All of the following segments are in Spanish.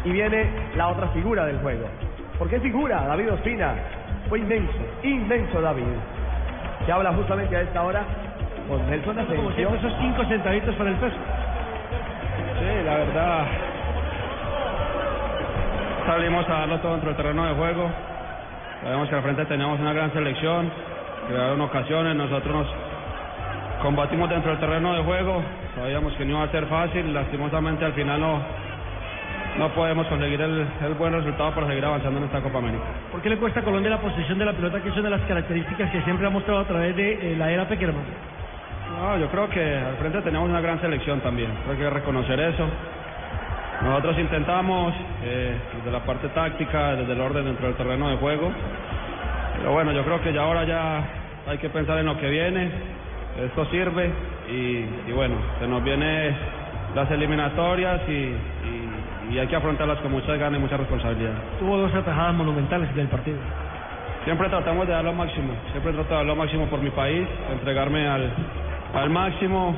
Y viene la otra figura del juego. ¿Por qué figura? David Ospina. Fue inmenso David. Se habla justamente a esta hora con Nelson Asensio. Como siempre, esos 5 centavitos para el peso. Sí, la verdad, salimos a darlo todo dentro del terreno de juego. Sabemos que al frente teníamos una gran selección, crearon ocasiones, nosotros nos combatimos dentro del terreno de juego, sabíamos que no iba a ser fácil, lastimosamente al final no podemos conseguir el buen resultado para seguir avanzando en esta Copa América. ¿Por qué le cuesta a Colombia la posesión de la pelota, que es una de las características que siempre ha mostrado a través de la era Peckerman? No, yo creo que al frente tenemos una gran selección también, creo que hay que reconocer eso. Nosotros intentamos desde la parte táctica, desde el orden dentro del terreno de juego, pero bueno, yo creo que ya ahora ya hay que pensar en lo que viene, esto sirve y bueno, se nos vienen las eliminatorias y hay que afrontarlas con muchas ganas y mucha responsabilidad. Tuvo 2 atajadas monumentales del partido. Siempre tratamos de dar lo máximo, siempre trato de dar lo máximo por mi país, entregarme al máximo,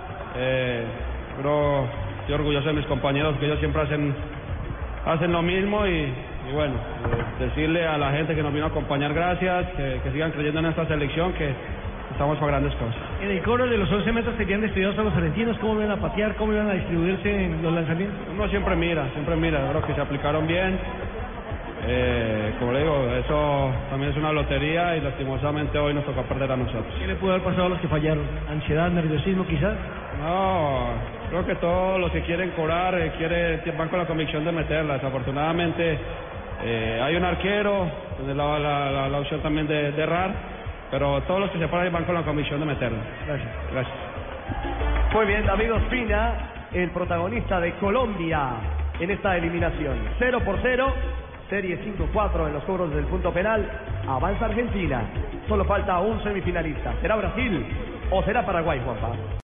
pero estoy orgulloso de mis compañeros, que ellos siempre hacen lo mismo y bueno, decirle a la gente que nos vino a acompañar gracias, que sigan creyendo en esta selección, que estamos para grandes cosas. En el coro de los 11 metros tenían destruidos a los argentinos, ¿cómo iban a patear, cómo iban a distribuirse en los lanzamientos? Uno siempre mira, yo creo que se aplicaron bien, como le digo, eso también es una lotería y lastimosamente hoy nos tocó perder a nosotros. ¿Qué le pudo haber pasado a los que fallaron? ¿Ansiedad, nerviosismo quizás? No, creo que todos los que quieren cobrar van con la convicción de meterla. Desafortunadamente hay un arquero, tiene la opción también de errar, pero todos los que se paran van con la convicción de meterla. Gracias. Muy bien, David Ospina, el protagonista de Colombia en esta eliminación. 0-0, serie 5-4 en los cobros del punto penal. Avanza Argentina, solo falta un semifinalista. ¿Será Brasil o será Paraguay, Juanpa?